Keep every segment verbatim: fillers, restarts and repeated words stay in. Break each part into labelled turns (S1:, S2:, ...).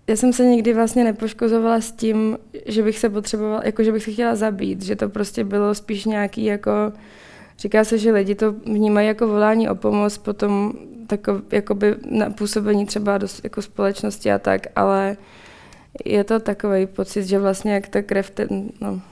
S1: já jsem se nikdy vlastně nepoškozovala s tím, že bych se potřebovala, jako že bych se chtěla zabít, že to prostě bylo spíš nějaký jako, říká se, že lidi to vnímají jako volání o pomoc, potom takové jakoby na působení třeba do jako společnosti a tak, ale je to takový pocit, že vlastně jak ta krev, ten, no,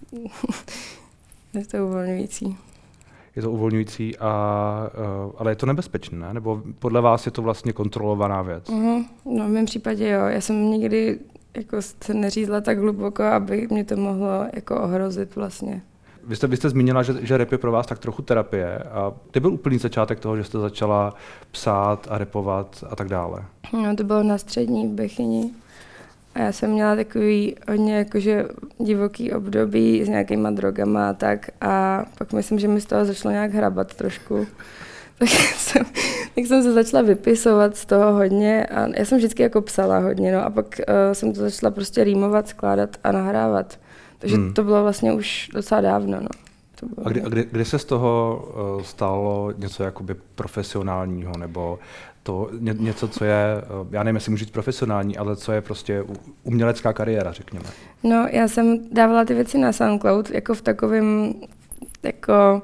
S1: je to uvolňující.
S2: Je to uvolňující, a, ale je to nebezpečné, ne? Nebo podle vás je to vlastně kontrolovaná věc?
S1: Uh-huh. No v mém případě jo. Já jsem nikdy jako se neřízla tak hluboko, aby mě to mohlo jako ohrozit vlastně.
S2: Vy jste, vy jste zmínila, že, že rap je pro vás tak trochu terapie. A to byl úplný začátek toho, že jste začala psát a rapovat a tak dále?
S1: No to bylo na střední v Bechyni. A já jsem měla takový hodně jakože divoký období s nějakýma drogama a tak. A pak myslím, že mi z toho začalo nějak hrabat trošku. Tak jsem, tak jsem se začala vypisovat z toho hodně. A já jsem vždycky jako psala hodně, no a pak uh, jsem to začala prostě rýmovat, skládat a nahrávat. Takže hmm. to bylo vlastně už docela dávno, no. To bylo
S2: a kdy, a kdy, kdy se z toho uh, stalo něco jakoby profesionálního, nebo to ně, něco, co je, uh, já nevím, jestli můžu říct profesionální, ale co je prostě umělecká kariéra, řekněme?
S1: No, já jsem dávala ty věci na SoundCloud, jako v takovém, jako,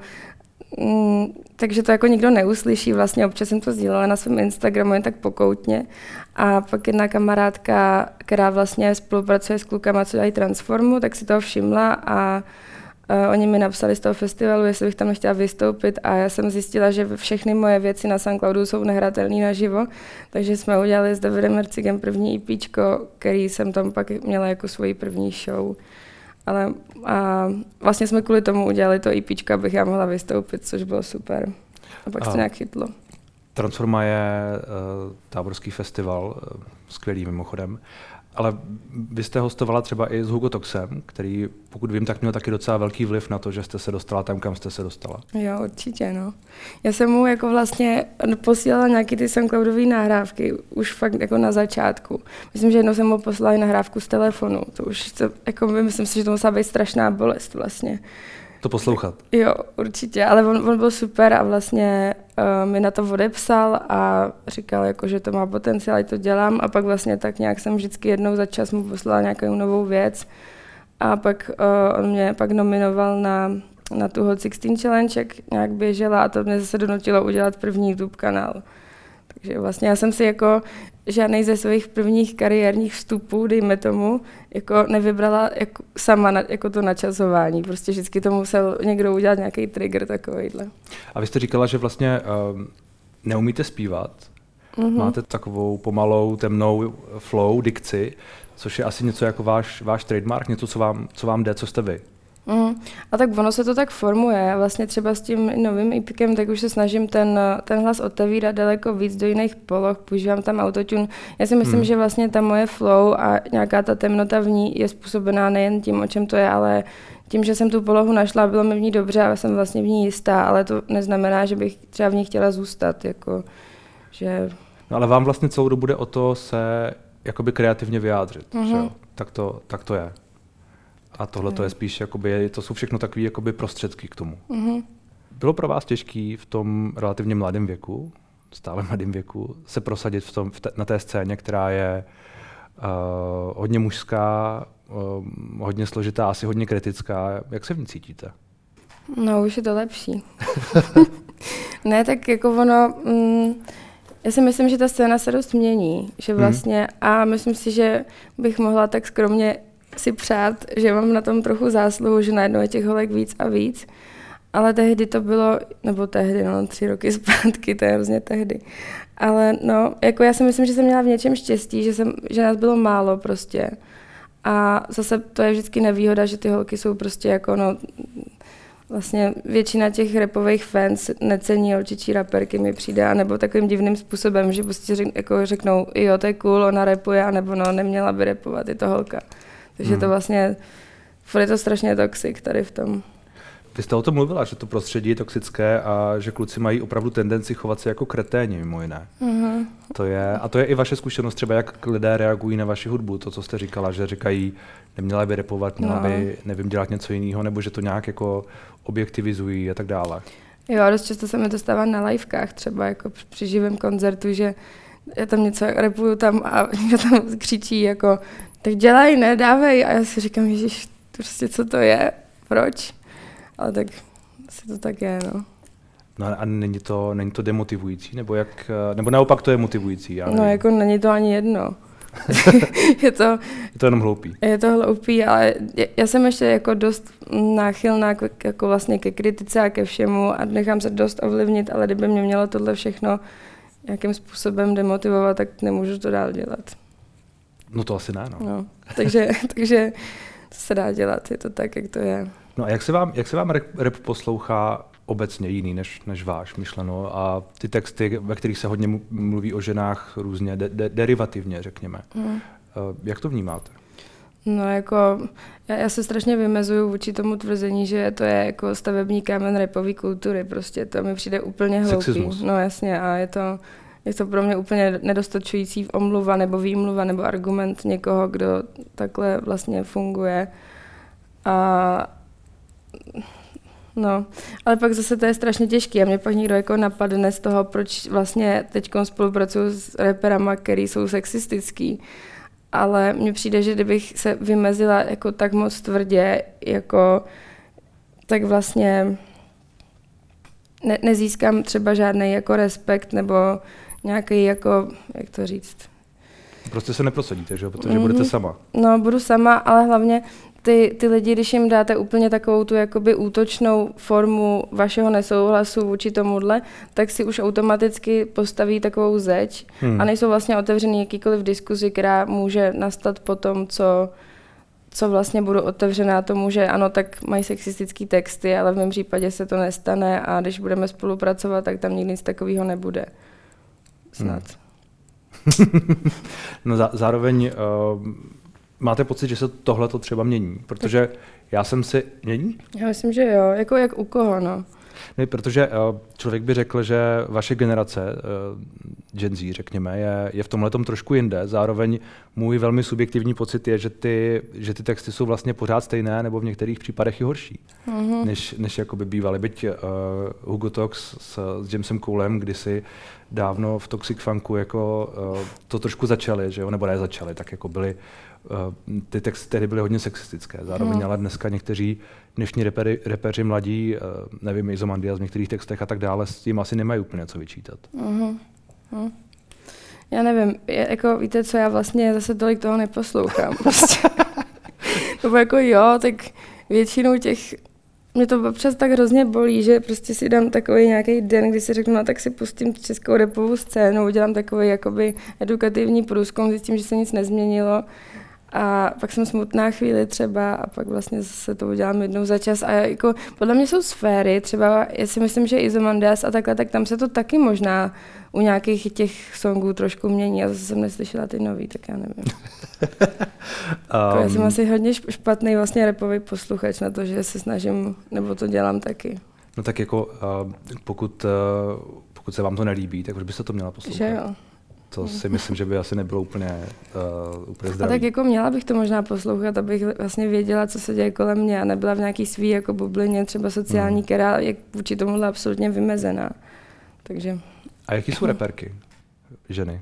S1: mm, takže to jako nikdo neuslyší, vlastně občas jsem to sdílela na svém Instagramu jen tak pokoutně. A pak jedna kamarádka, která vlastně spolupracuje s klukama, co dělají Transformu, tak si toho všimla a uh, oni mi napsali z toho festivalu, jestli bych tam nechtěla vystoupit a já jsem zjistila, že všechny moje věci na SoundCloudu jsou nehratelné naživo, takže jsme udělali s Davidem Mercigem první EPčko, který jsem tam pak měla jako svoji první show. Ale a vlastně jsme kvůli tomu udělali to EPčko, abych já mohla vystoupit, což bylo super. A pak se to nějak chytlo.
S2: Transforma je uh, táborský festival, uh, skvělý mimochodem, ale vy jste hostovala třeba i s Hugo Toxem, který, pokud vím, tak měl taky docela velký vliv na to, že jste se dostala tam, kam jste se dostala.
S1: Jo, určitě, no. Já jsem mu jako vlastně posílala nějaký ty SoundCloudové nahrávky, už fakt jako na začátku. Myslím, že jednou jsem mu poslala i nahrávku z telefonu, to už, to, jako myslím si, že to musela být strašná bolest vlastně.
S2: To poslouchat.
S1: Jo, určitě, ale on, on byl super a vlastně uh, mi na to odepsal a říkal, jako, že to má potenciál, že to dělám a pak vlastně tak nějak jsem vždycky jednou za čas mu poslala nějakou novou věc a pak uh, on mě pak nominoval na, na tu Hot šestnáct Challenge, jak nějak běžela a to mě zase donutilo udělat první YouTube kanál. Takže vlastně já jsem si jako žádnej ze svých prvních kariérních vstupů, dejme tomu, jako nevybrala jako sama na, jako to načasování. Prostě vždycky to musel někdo udělat nějaký trigger takovejhle.
S2: A vy jste říkala, že vlastně um, neumíte zpívat. Mm-hmm. Máte takovou pomalou, temnou flow, dikci, což je asi něco jako váš, váš trademark, něco, co vám, co vám jde, co jste vy.
S1: Mm. A tak ono se to tak formuje. Já vlastně třeba s tím novým EPkem, tak už se snažím ten, ten hlas otevírat daleko víc do jiných poloh, používám tam autotune. Já si myslím, mm. že vlastně ta moje flow a nějaká ta temnota v ní je způsobená nejen tím, o čem to je, ale tím, že jsem tu polohu našla, bylo mi v ní dobře a jsem vlastně v ní jistá, ale to neznamená, že bych třeba v ní chtěla zůstat. Jako, že...
S2: No ale vám vlastně celou dobu jde o to se jakoby kreativně vyjádřit, mm. že jo? Tak to, tak to je. A tohle to je spíš, jakoby, to jsou všechno takové jakoby prostředky k tomu. Mm-hmm. Bylo pro vás těžké v tom relativně mladém věku, stále mladém věku, se prosadit v tom, v te, na té scéně, která je uh, hodně mužská, uh, hodně složitá, asi hodně kritická. Jak se v ní cítíte?
S1: No, už je to lepší. Ne, tak jako ono... Mm, já si myslím, že ta scéna se dost mění, že vlastně, mm. a myslím si, že bych mohla tak skromně si přát, že mám na tom trochu zásluhu, že najednou je těch holek víc a víc, ale tehdy to bylo, nebo tehdy, no tři roky zpátky, to je hrozně tehdy, ale no, jako já si myslím, že jsem měla v něčem štěstí, že, jsem, že nás bylo málo prostě a zase to je vždycky nevýhoda, že ty holky jsou prostě jako, no, vlastně většina těch rapových fans necení holčičí raperky, mi přijde, nebo takovým divným způsobem, že prostě řek, jako řeknou, jo, to je cool, ona rapuje, anebo no, neměla by rapovat, je to holka. Takže hmm. to vlastně, je to strašně toxic tady v tom.
S2: Vy jste o tom mluvila, že to prostředí je toxické a že kluci mají opravdu tendenci chovat se jako kreténi, mimo jiné. Uh-huh. To je, a to je i vaše zkušenost třeba, jak lidé reagují na vaši hudbu, to, co jste říkala, že říkají, neměla by rapovat, měla no. by, nevím, dělat něco jiného, nebo že to nějak jako objektivizují a tak dále.
S1: Jo, dost často se mi to stává na livekách třeba, jako při živém koncertu, že já tam něco repuju tam a mě tam křičí jako, tak dělej, ne, dávej. A já si říkám, ježiš, prostě co to je, proč? Ale tak asi to tak je, no.
S2: No a není to, není to demotivující, nebo jak, nebo naopak to je motivující? Já
S1: no jako není to ani jedno. je, to,
S2: je to jenom hloupý.
S1: Je to hloupý, ale já jsem ještě jako dost náchylná k, jako vlastně ke kritice a ke všemu a nechám se dost ovlivnit, ale kdyby mě mělo tohle všechno nějakým způsobem demotivovat, tak nemůžu to dál dělat.
S2: No to asi ne, no.
S1: no takže, takže to se dá dělat, je to tak, jak to je.
S2: No a jak se vám, jak se vám rap poslouchá obecně jiný než, než váš, myšleno, a ty texty, ve kterých se hodně mluví o ženách různě de, de, derivativně, řekněme. Hmm. Jak to vnímáte?
S1: No jako, já, já se strašně vymezuju vůči tomu tvrzení, že to je jako stavební kámen rapové kultury, prostě to mi přijde úplně hloupý.
S2: Sexismus.
S1: No jasně, a je to, je to pro mě úplně nedostačující omluva nebo výmluva nebo argument někoho, kdo takhle vlastně funguje. A no, ale pak zase to je strašně těžké a mě pak někdo jako napadne z toho, proč vlastně teď spolupracuju s raperama, který jsou sexistický. Ale mně přijde, že kdybych se vymezila jako tak moc tvrdě, jako, tak vlastně ne, nezískám třeba žádný jako respekt nebo nějaký jako, jak to říct.
S2: Prostě se neprosadíte, že? Protože mm-hmm. budete sama.
S1: No, budu sama, ale hlavně ty, ty lidi, když jim dáte úplně takovou tu jakoby útočnou formu vašeho nesouhlasu vůči tomuhle, tak si už automaticky postaví takovou zeď hmm. a nejsou vlastně otevřený jakýkoliv diskuzi, která může nastat po tom, co, co vlastně budu otevřená tomu, že ano, tak mají sexistický texty, ale v mém případě se to nestane a když budeme spolupracovat, tak tam nikdy nic takového nebude. Snad.
S2: Hmm. No zá, zároveň uh, máte pocit, že se tohle to třeba mění? Protože já jsem si... Mění?
S1: Já myslím, že jo. Jako jak u koho, no.
S2: Ne, protože uh, člověk by řekl, že vaše generace, uh, Gen Z, řekněme, je, je v tomhletom trošku jinde. Zároveň můj velmi subjektivní pocit je, že ty, že ty texty jsou vlastně pořád stejné, nebo v některých případech i horší, mm-hmm. než, než jakoby bývaly. Byť uh, Hugo Tox s, s Jamesem Coolem kdysi dávno v Toxic Funku jako uh, to trošku začali, že jo? Nebo ne začali, tak jako byly Uh, ty texty tehdy byly hodně sexistické. Zároveň hmm. ale dneska někteří dnešní repery, repeři mladí, uh, nevím, Izomandias v některých textech a tak dále, s tím asi nemají úplně co vyčítat.
S1: Uh-huh. Uh. Já nevím, je, jako víte co, já vlastně zase tolik toho neposlouchám. Prostě. Nebo jako jo, tak většinou těch, mě to občas tak hrozně bolí, že prostě si dám takový nějaký den, kdy si řeknu, no tak si pustím českou rapovou scénu, udělám takový jakoby edukativní průzkum, zjistím, že se nic nezměnilo. A pak jsem smutná chvíli třeba a pak vlastně zase to udělám jednou za čas. A jako, podle mě jsou sféry, třeba já si myslím, že Izomandias a takhle, tak tam se to taky možná u nějakých těch songů trošku mění. Já zase jsem neslyšela ty nový, tak já nevím. um, já jsem asi hodně špatný vlastně rapový posluchač na to, že se snažím, nebo to dělám taky.
S2: No tak jako uh, pokud, uh, pokud se vám to nelíbí, tak už byste to měla poslouchat.
S1: Že jo.
S2: To si myslím, že by asi nebylo úplně, uh, úplně zdravý.
S1: A tak jako měla bych to možná poslouchat, abych vlastně věděla, co se děje kolem mě a nebyla v nějaký svý jako bublině, třeba sociální, mm. která je vůči tomuhle absolutně vymezená. Takže...
S2: A jaký jsou reperky ženy?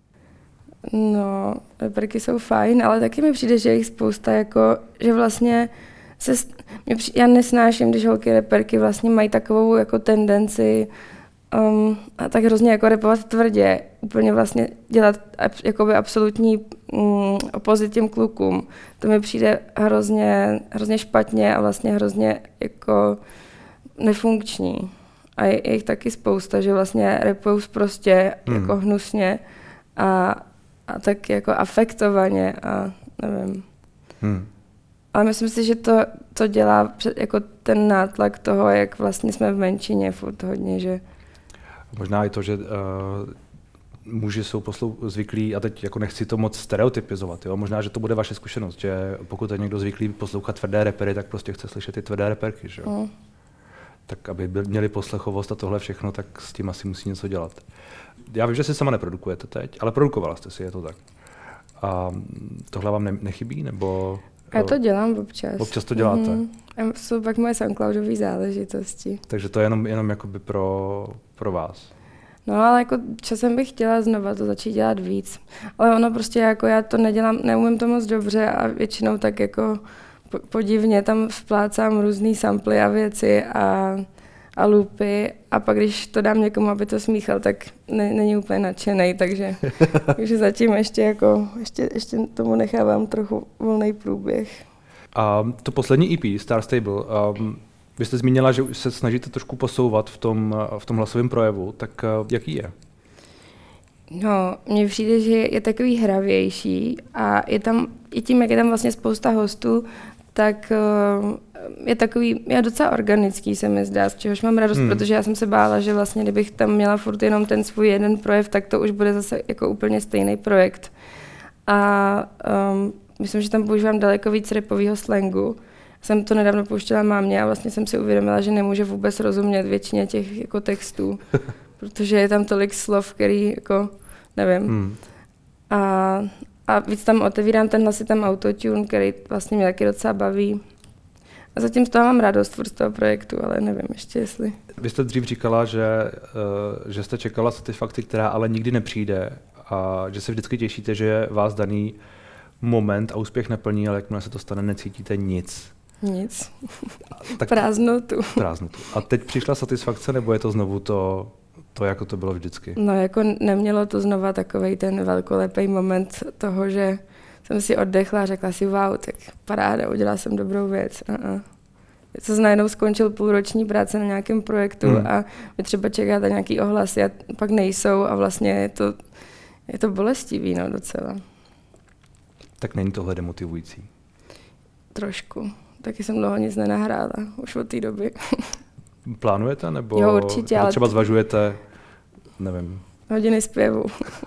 S1: No, reperky jsou fajn, ale taky mi přijde, že je jich spousta, jako, že vlastně se, já nesnáším, když holky reperky vlastně mají takovou jako tendenci Um, a tak hrozně jako rapovat tvrdě, úplně vlastně dělat jakoby absolutní um, opozit těm klukům. To mi přijde hrozně, hrozně špatně a vlastně hrozně jako nefunkční. A je, je jich taky spousta, že vlastně rapujou prostě hmm. jako hnusně a, a tak jako afektovaně a nevím. Hmm. Ale myslím si, že to, to dělá jako ten nátlak toho, jak vlastně jsme v menšině furt hodně, že
S2: možná i to, že uh, muži jsou poslou zvyklí, a teď jako nechci to moc stereotypizovat, jo? Možná, že to bude vaše zkušenost, že pokud je někdo zvyklý poslouchat tvrdé repery, tak prostě chce slyšet ty tvrdé reperky, že jo? Mm. Tak aby byl, měli poslechovost a tohle všechno, tak s tím asi musí něco dělat. Já vím, že si sama neprodukujete teď, ale produkovala jste si, je to tak. A tohle vám ne, nechybí, nebo...
S1: Já to dělám občas.
S2: Občas to děláte? Mm-hmm.
S1: A jsou pak moje SoundCloudové záležitosti.
S2: Takže to je jenom, jenom jakoby pro, pro vás?
S1: No ale jako časem bych chtěla znova to začít dělat víc. Ale ono prostě jako já to nedělám, neumím to moc dobře a většinou tak jako podivně tam vplácám různý samply a věci a, a loopy a pak když to dám někomu, aby to smíchal, tak ne, není úplně nadšenej, takže, takže zatím ještě, jako, ještě, ještě tomu nechávám trochu volný průběh.
S2: A to poslední E P, Star Stable, um, vy jste zmínila, že se snažíte trošku posouvat v tom, v tom hlasovém projevu, tak uh, jaký je?
S1: No, mně přijde, že je takový hravější a je tam, i tím, jak je tam vlastně spousta hostů, tak uh, je takový, je docela organický, se mi zdá, z čehož mám radost, hmm. protože já jsem se bála, že vlastně, kdybych tam měla furt jenom ten svůj jeden projev, tak to už bude zase jako úplně stejný projekt. A um, myslím, že tam používám daleko víc rapového slangu. Jsem to nedávno pouštěla mámě a vlastně jsem si uvědomila, že nemůže vůbec rozumět většině těch jako textů, protože je tam tolik slov, který jako, nevím. Hmm. A, a víc tam otevírám ten hlasitý autotune, který vlastně mě taky docela baví. A zatím z toho mám radost furt z toho projektu, ale nevím ještě jestli.
S2: Vy jste dřív říkala, že, uh, že jste čekala satisfakci, která ale nikdy nepřijde a že se vždycky těšíte, že vás daný moment a úspěch neplní, ale jakmile se to stane, necítíte nic.
S1: Nic.
S2: Tak,
S1: prázdnotu.
S2: Prázdnotu. A teď přišla satisfakce, nebo je to znovu to, to, jako to bylo vždycky?
S1: No jako nemělo to znova takovej ten velkolepý moment toho, že jsem si oddechla a řekla si wow, tak paráda, udělala jsem dobrou věc. Uh-uh. Co najednou skončil půlroční práce na nějakém projektu hmm. a vy třeba čekáte nějaký ohlasy a pak nejsou a vlastně je to, je to bolestivý, no, docela.
S2: Tak není tohle demotivující?
S1: Trošku. Taky jsem dlouho nic nenahrála, už od té doby.
S2: Plánujete, nebo
S1: jo, určitě, ale
S2: třeba zvažujete, nevím.
S1: Hodiny zpěvu.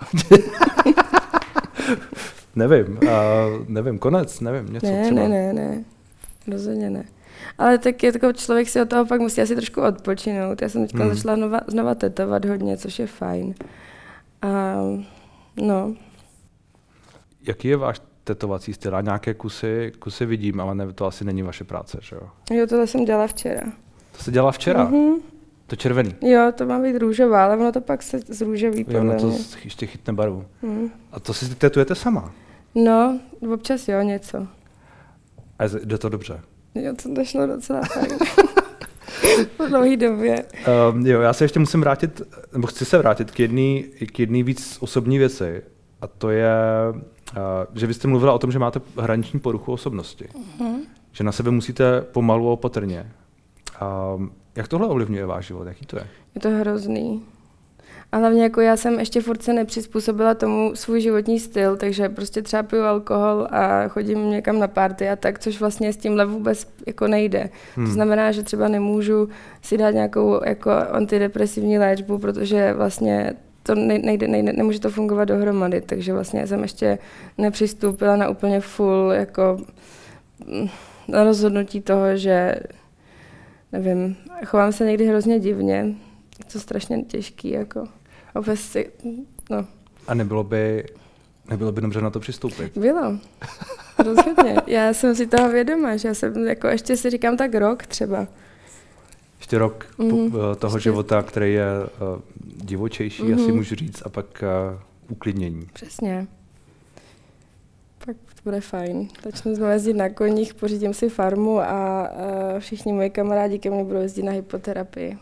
S2: nevím, uh, nevím, konec, nevím, něco
S1: ne,
S2: třeba.
S1: Ne, ne, ne, rozhodně ne. Ale tak je takový člověk si od toho pak musí asi trošku odpočinout. Já jsem teďka hmm. začala znova, znova tetovat hodně, což je fajn. A, no.
S2: Jaký je váš tetovací styl? A nějaké kusy, kusy vidím, ale ne, to asi není vaše práce, že jo?
S1: Jo, tohle jsem dělala včera.
S2: To se dělala včera?
S1: Mm-hmm.
S2: To červený?
S1: Jo, to má být růžová, ale ono to pak se zrůžoví.
S2: Jo, no to ještě chytne barvu. Mm. A to si tetujete sama?
S1: No, občas jo, něco.
S2: A jde to dobře?
S1: Jo, to došlo docela fajn. Po dlouhý době.
S2: Um, jo, já se ještě musím vrátit, nebo chci se vrátit k jedné k jedný víc osobní věci. A to je, uh, že vy jste mluvila o tom, že máte hraniční poruchu osobnosti. Uh-huh. Že na sebe musíte pomalu a opatrně. Um, jak tohle ovlivňuje váš život? Jaký to je?
S1: Je to hrozný. A hlavně jako já jsem ještě furt se nepřizpůsobila tomu svůj životní styl, takže prostě třeba piju alkohol a chodím někam na party a tak, což vlastně s tímhle vůbec jako nejde. Hmm. To znamená, že třeba nemůžu si dát nějakou jako antidepresivní léčbu, protože vlastně to nejde, nejde, nemůže to fungovat dohromady, takže vlastně jsem ještě nepřistoupila na úplně full jako na rozhodnutí toho, že nevím, chovám se někdy hrozně divně, je to strašně těžký, jako si, no.
S2: A nebylo by, nebylo by dobře na to přistoupit?
S1: Bylo, rozhodně. Já jsem si toho vědoma, že já jsem, jako ještě si říkám tak rok třeba.
S2: Ještě rok mm-hmm. toho ještě. života, který je uh, divočejší, mm-hmm. asi můžu říct, a pak uh, uklidnění.
S1: Přesně. Pak to bude fajn. Začnu znovu jezdit na koních, pořídím si farmu a uh, všichni moji kamarádi ke mně budou jezdit na hypoterapii.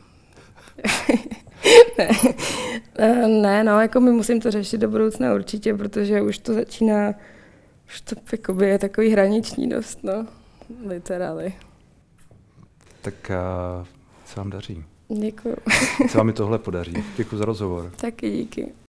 S1: ne. Uh, ne, no, jako my musím to řešit do budoucna určitě, protože už to začíná, už to jakoby je takový hraniční dost, no, literally.
S2: Tak uh, se vám daří.
S1: Děkuju.
S2: Se vám i tohle podaří. Děkuji za rozhovor.
S1: Taky díky.